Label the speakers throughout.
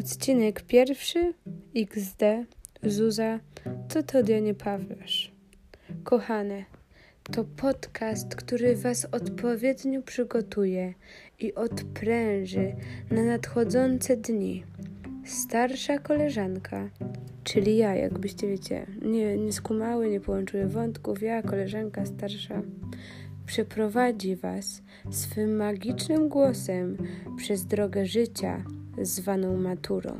Speaker 1: Odcinek 1. XD. Zuza. Co to nie Pawlasz? Kochane, to podcast, który Was odpowiednio przygotuje i odpręży na nadchodzące dni. Starsza koleżanka, czyli ja, jakbyście wiecie, nie skumały, nie połączyły wątków, ja, koleżanka starsza, przeprowadzi Was swym magicznym głosem przez drogę życia zwaną maturą.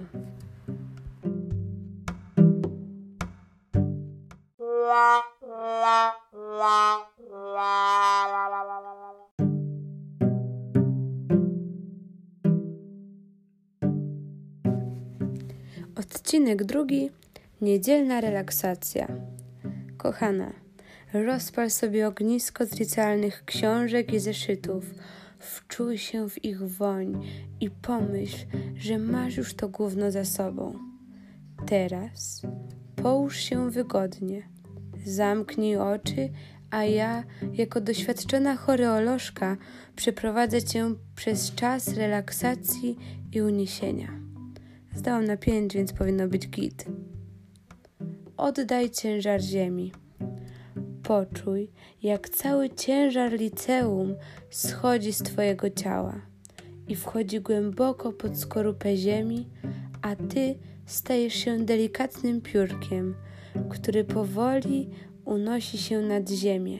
Speaker 1: Odcinek 2. Niedzielna relaksacja. Kochana, rozpal sobie ognisko z licealnych książek i zeszytów. Wczuj się w ich woń i pomyśl, że masz już to gówno za sobą. Teraz połóż się wygodnie, zamknij oczy, a ja, jako doświadczona choreolożka, przeprowadzę Cię przez czas relaksacji i uniesienia. Zdałam na 5, więc powinno być git. Oddaj ciężar ziemi. Poczuj, jak cały ciężar liceum schodzi z Twojego ciała i wchodzi głęboko pod skorupę ziemi, a Ty stajesz się delikatnym piórkiem, który powoli unosi się nad ziemię.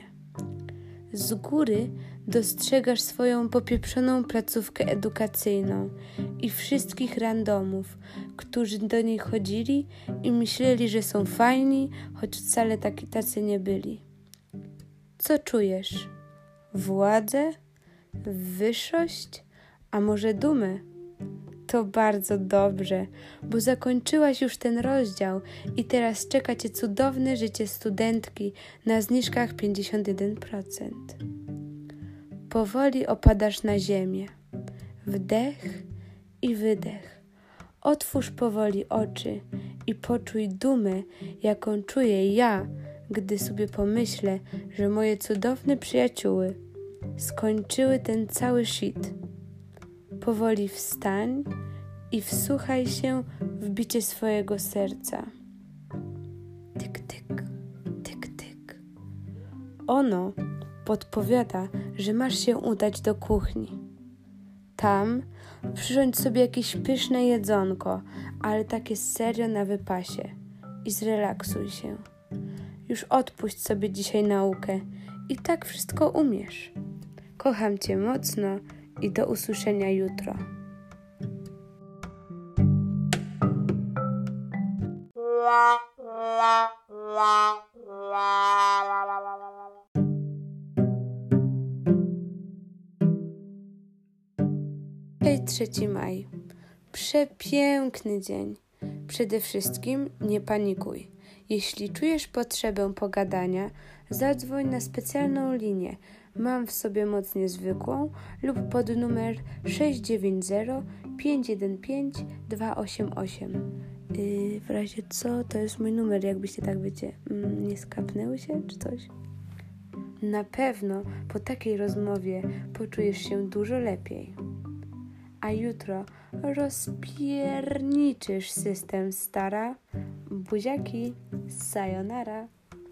Speaker 1: Z góry dostrzegasz swoją popieprzoną placówkę edukacyjną i wszystkich randomów, którzy do niej chodzili i myśleli, że są fajni, choć wcale tacy nie byli. Co czujesz? Władzę? Wyższość? A może dumę? To bardzo dobrze, bo zakończyłaś już ten rozdział i teraz czeka Cię cudowne życie studentki na zniżkach 51%. Powoli opadasz na ziemię. Wdech i wydech. Otwórz powoli oczy i poczuj dumę, jaką czuję ja, gdy sobie pomyślę, że moje cudowne przyjacióły skończyły ten cały shit. Powoli wstań i wsłuchaj się w bicie swojego serca. Tyk, tyk, tyk, tyk. Ono podpowiada, że masz się udać do kuchni. Tam przyrządź sobie jakieś pyszne jedzonko, ale takie serio na wypasie i zrelaksuj się. Już odpuść sobie dzisiaj naukę i tak wszystko umiesz. Kocham Cię mocno i do usłyszenia jutro. Hej, 3 maj. Przepiękny dzień. Przede wszystkim nie panikuj. Jeśli czujesz potrzebę pogadania, zadzwoń na specjalną linię. Mam w sobie moc niezwykłą lub pod numer 690 515 288. W razie co, to jest mój numer, jakbyście tak wiecie, nie skapnęły się czy coś? Na pewno po takiej rozmowie poczujesz się dużo lepiej. A jutro rozpierniczysz system stara. Buziaki, sayonara.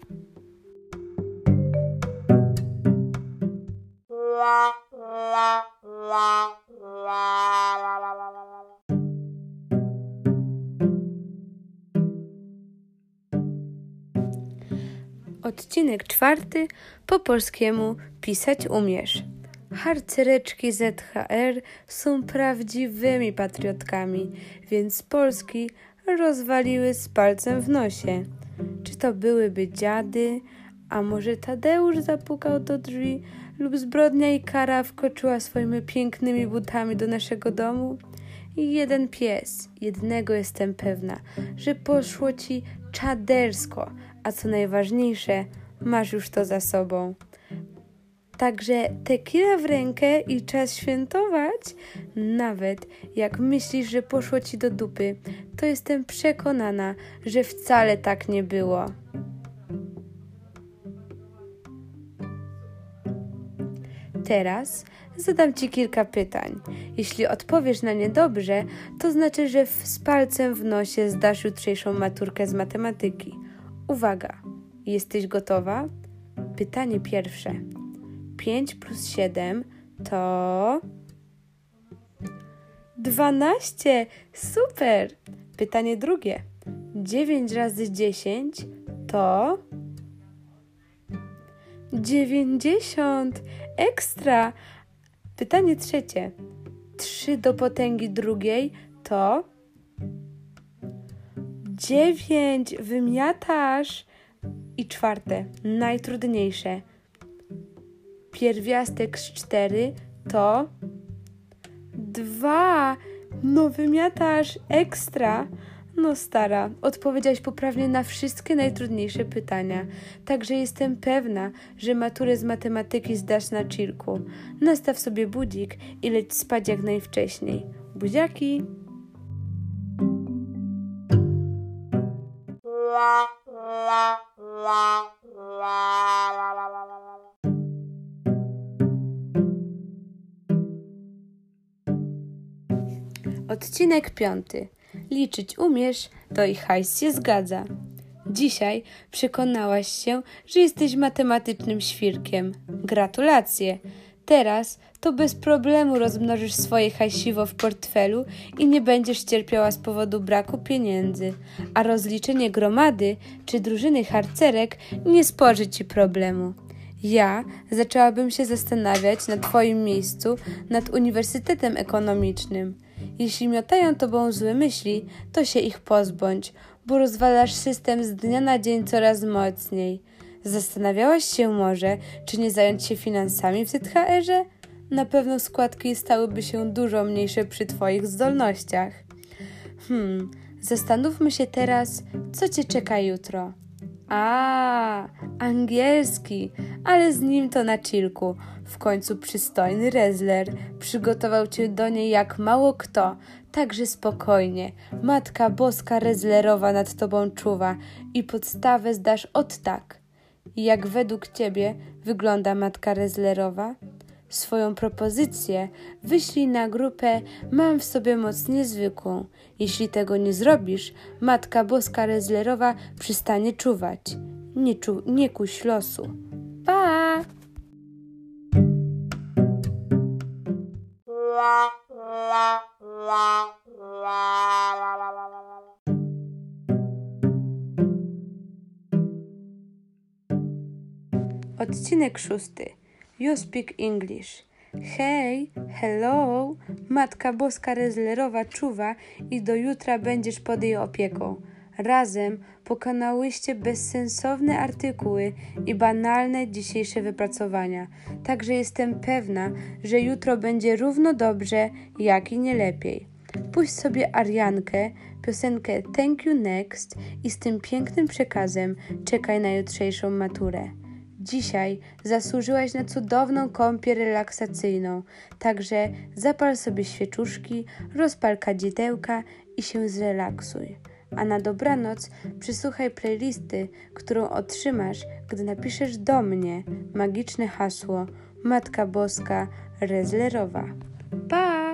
Speaker 1: Odcinek 4. Po polskiemu pisać umiesz. Harcereczki ZHR są prawdziwymi patriotkami, więc Polski rozwaliły z palcem w nosie. Czy to byłyby dziady, a może Tadeusz zapukał do drzwi lub zbrodnia i kara wkroczyła swoimi pięknymi butami do naszego domu? I jeden pies, jednego jestem pewna, że poszło Ci czadersko, a co najważniejsze, masz już to za sobą. Także tequila w rękę i czas świętować. Nawet jak myślisz, że poszło Ci do dupy, to jestem przekonana, że wcale tak nie było. Teraz zadam Ci kilka pytań. Jeśli odpowiesz na nie dobrze, to znaczy, że z palcem w nosie zdasz jutrzejszą maturkę z matematyki. Uwaga, jesteś gotowa? Pytanie pierwsze. 5 plus 7 to... 12! Super! Pytanie drugie. 9 razy 10 to... 90! Ekstra! Pytanie trzecie. 3 do potęgi drugiej to... 9! Wymiatasz! I czwarte, najtrudniejsze. Pierwiastek z 4 to... 2! No wymiatasz! Ekstra! No stara, odpowiedziałaś poprawnie na wszystkie najtrudniejsze pytania. Także jestem pewna, że maturę z matematyki zdasz na chillku. Nastaw sobie budzik i leć spać jak najwcześniej. Buziaki! Odcinek 5. Liczyć umiesz, to i hajs się zgadza. Dzisiaj przekonałaś się, że jesteś matematycznym świrkiem. Gratulacje! Teraz to bez problemu rozmnożysz swoje hajsiwo w portfelu i nie będziesz cierpiała z powodu braku pieniędzy, a rozliczenie gromady czy drużyny harcerek nie spoży Ci problemu. Ja zaczęłabym się zastanawiać na Twoim miejscu nad Uniwersytetem Ekonomicznym. Jeśli miotają Tobą złe myśli, to się ich pozbądź, bo rozwalasz system z dnia na dzień coraz mocniej. Zastanawiałaś się może, czy nie zająć się finansami w ZHR-ze? Na pewno składki stałyby się dużo mniejsze przy Twoich zdolnościach. Zastanówmy się teraz, co Cię czeka jutro. Angielski, ale z nim to na chillku. W końcu przystojny rezler przygotował Cię do niej jak mało kto, także spokojnie. Matka Boska rezlerowa nad Tobą czuwa i podstawę zdasz od tak. Jak według Ciebie wygląda matka rezlerowa? Swoją propozycję wyślij na grupę Mam w sobie moc niezwykłą. Jeśli tego nie zrobisz, Matka Boska rezlerowa przestanie czuwać. Nie kuś losu. Pa! Odcinek 6. You speak English. Hej, hello, Matka Boska rezlerowa czuwa i do jutra będziesz pod jej opieką. Razem pokonałyście bezsensowne artykuły i banalne dzisiejsze wypracowania. Także jestem pewna, że jutro będzie równo dobrze, jak i nie lepiej. Puść sobie Ariankę, piosenkę Thank You Next i z tym pięknym przekazem czekaj na jutrzejszą maturę. Dzisiaj zasłużyłaś na cudowną kąpiel relaksacyjną, także zapal sobie świeczuszki, rozpal kadzidełka i się zrelaksuj. A na dobranoc przysłuchaj playlisty, którą otrzymasz, gdy napiszesz do mnie magiczne hasło Matka Boska rezlerowa. Pa!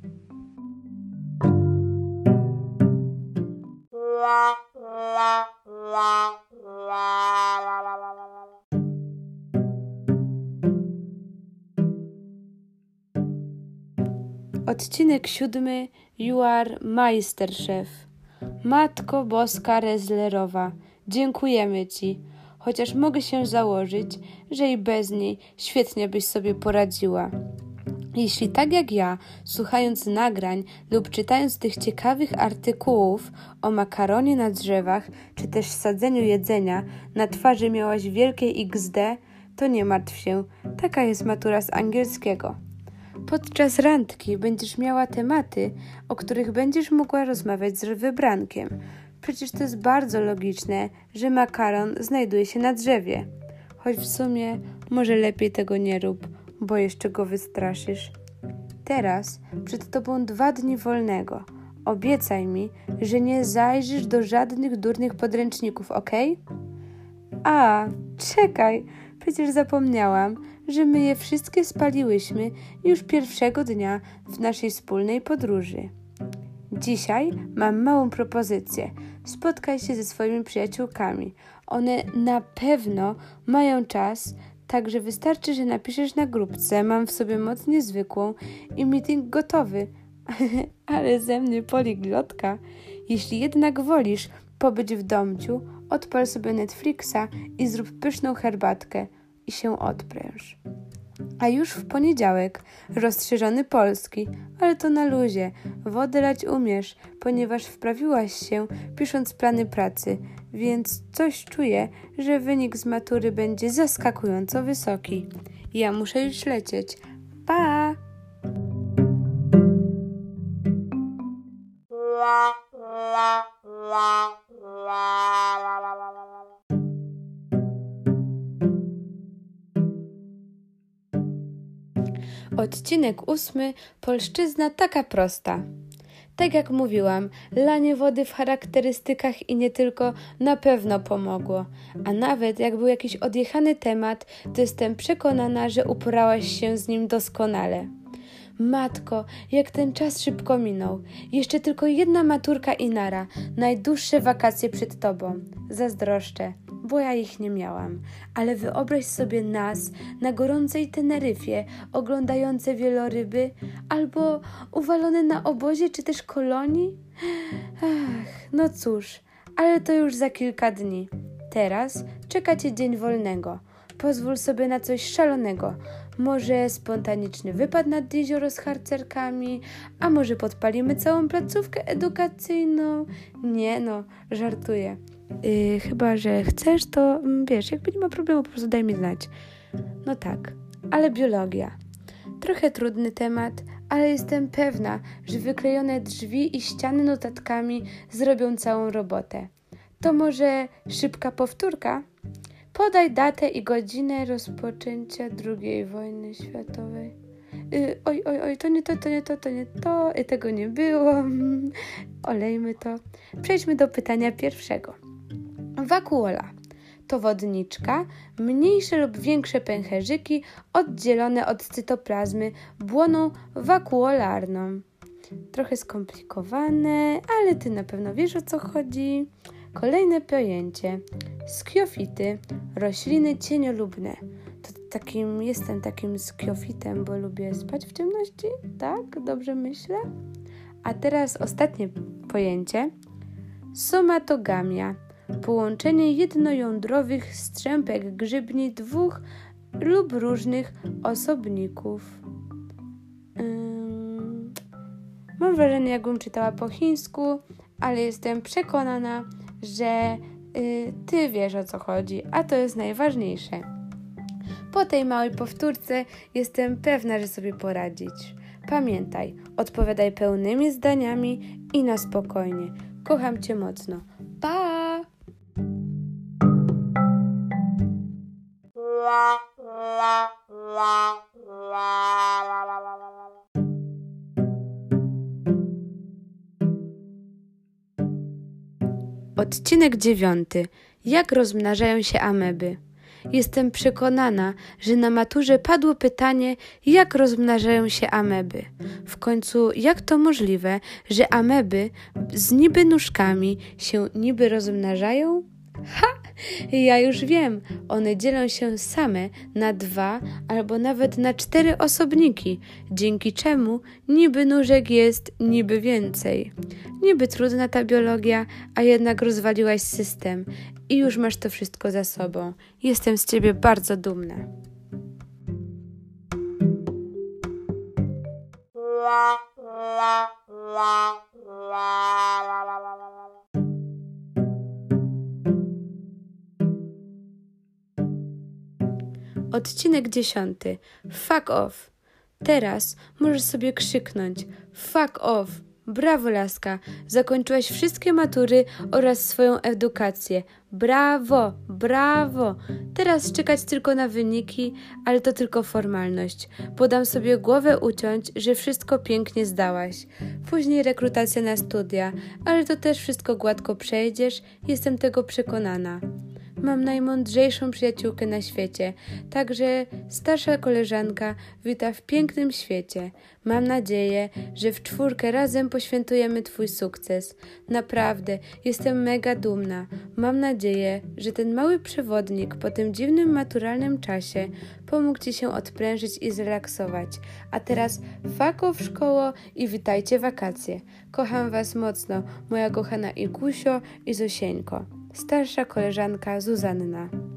Speaker 1: Odcinek 7. You are Meisterchef. Matko Boska rezlerowa, dziękujemy Ci, chociaż mogę się założyć, że i bez niej świetnie byś sobie poradziła. Jeśli tak jak ja, słuchając nagrań lub czytając tych ciekawych artykułów o makaronie na drzewach, czy też sadzeniu jedzenia, na twarzy miałaś wielkie XD, to nie martw się, taka jest matura z angielskiego. Podczas randki będziesz miała tematy, o których będziesz mogła rozmawiać z wybrankiem. Przecież to jest bardzo logiczne, że makaron znajduje się na drzewie. Choć w sumie może lepiej tego nie rób, bo jeszcze go wystraszysz. Teraz przed tobą 2 dni wolnego. Obiecaj mi, że nie zajrzysz do żadnych durnych podręczników, okej? Czekaj, przecież zapomniałam, że my je wszystkie spaliłyśmy już pierwszego dnia w naszej wspólnej podróży. Dzisiaj mam małą propozycję. Spotkaj się ze swoimi przyjaciółkami. One na pewno mają czas, także wystarczy, że napiszesz na grupce: mam w sobie moc niezwykłą i meeting gotowy. Ale ze mnie poliglotka. Jeśli jednak wolisz pobyć w domciu, odpal sobie Netflixa i zrób pyszną herbatkę i się odpręż. A już w poniedziałek rozszerzony polski, ale to na luzie. Wodę lać umiesz, ponieważ wprawiłaś się pisząc plany pracy, więc coś czuję, że wynik z matury będzie zaskakująco wysoki. Ja muszę już lecieć. Pa! Odcinek 8. Polszczyzna taka prosta. Tak jak mówiłam, lanie wody w charakterystykach i nie tylko na pewno pomogło. A nawet jak był jakiś odjechany temat, to jestem przekonana, że uporałaś się z nim doskonale. Matko, jak ten czas szybko minął. Jeszcze tylko jedna maturka i nara. Najdłuższe wakacje przed tobą. Zazdroszczę, bo ja ich nie miałam. Ale wyobraź sobie nas na gorącej Teneryfie, oglądające wieloryby, albo uwalone na obozie czy też kolonii. Ach, no cóż, ale to już za kilka dni. Teraz czeka cię dzień wolnego. Pozwól sobie na coś szalonego. Może spontaniczny wypad nad jezioro z harcerkami, a może podpalimy całą placówkę edukacyjną? Nie no, żartuję. Chyba że chcesz, to wiesz, jakby nie ma problemu, po prostu daj mi znać. No tak, ale biologia. Trochę trudny temat, ale jestem pewna, że wyklejone drzwi i ściany notatkami zrobią całą robotę. To może szybka powtórka? Podaj datę i godzinę rozpoczęcia II wojny światowej. Oj, to nie to, tego nie było. Olejmy to. Przejdźmy do pytania pierwszego. Wakuola to wodniczka, mniejsze lub większe pęcherzyki oddzielone od cytoplazmy błoną wakuolarną. Trochę skomplikowane, ale ty na pewno wiesz, o co chodzi. Kolejne pojęcie. Rośliny cieniolubne. Jestem takim skiofitem, bo lubię spać w ciemności? Tak? Dobrze myślę? A teraz ostatnie pojęcie. Somatogamia. Połączenie jednojądrowych strzępek grzybni dwóch lub różnych osobników. Mam wrażenie, jakbym czytała po chińsku, ale jestem przekonana, że ty wiesz, o co chodzi, a to jest najważniejsze. Po tej małej powtórce jestem pewna, że sobie poradzisz. Pamiętaj, odpowiadaj pełnymi zdaniami i na spokojnie. Kocham cię mocno. Pa! Odcinek 9. Jak rozmnażają się ameby? Jestem przekonana, że na maturze padło pytanie, jak rozmnażają się ameby. W końcu, jak to możliwe, że ameby z niby nóżkami się niby rozmnażają? Ha! Ja już wiem, one dzielą się same na 2 albo nawet na 4 osobniki, dzięki czemu niby nóżek jest niby więcej. Niby trudna ta biologia, a jednak rozwaliłaś system i już masz to wszystko za sobą. Jestem z ciebie bardzo dumna. Odcinek 10. Fuck off. Teraz możesz sobie krzyknąć. Fuck off. Brawo, laska. Zakończyłaś wszystkie matury oraz swoją edukację. Brawo, brawo. Teraz czekać tylko na wyniki, ale to tylko formalność. Podam sobie głowę uciąć, że wszystko pięknie zdałaś. Później rekrutacja na studia, ale to też wszystko gładko przejdziesz. Jestem tego przekonana. mam najmądrzejszą przyjaciółkę na świecie, także starsza koleżanka wita w pięknym świecie. Mam nadzieję, że w czwórkę razem poświętujemy twój sukces. Naprawdę, jestem mega dumna. Mam nadzieję, że ten mały przewodnik po tym dziwnym maturalnym czasie pomógł ci się odprężyć i zrelaksować. A teraz fuck off szkoło i witajcie wakacje. Kocham was mocno, moja kochana Igusio i Zosieńko. Starsza koleżanka Zuzanna.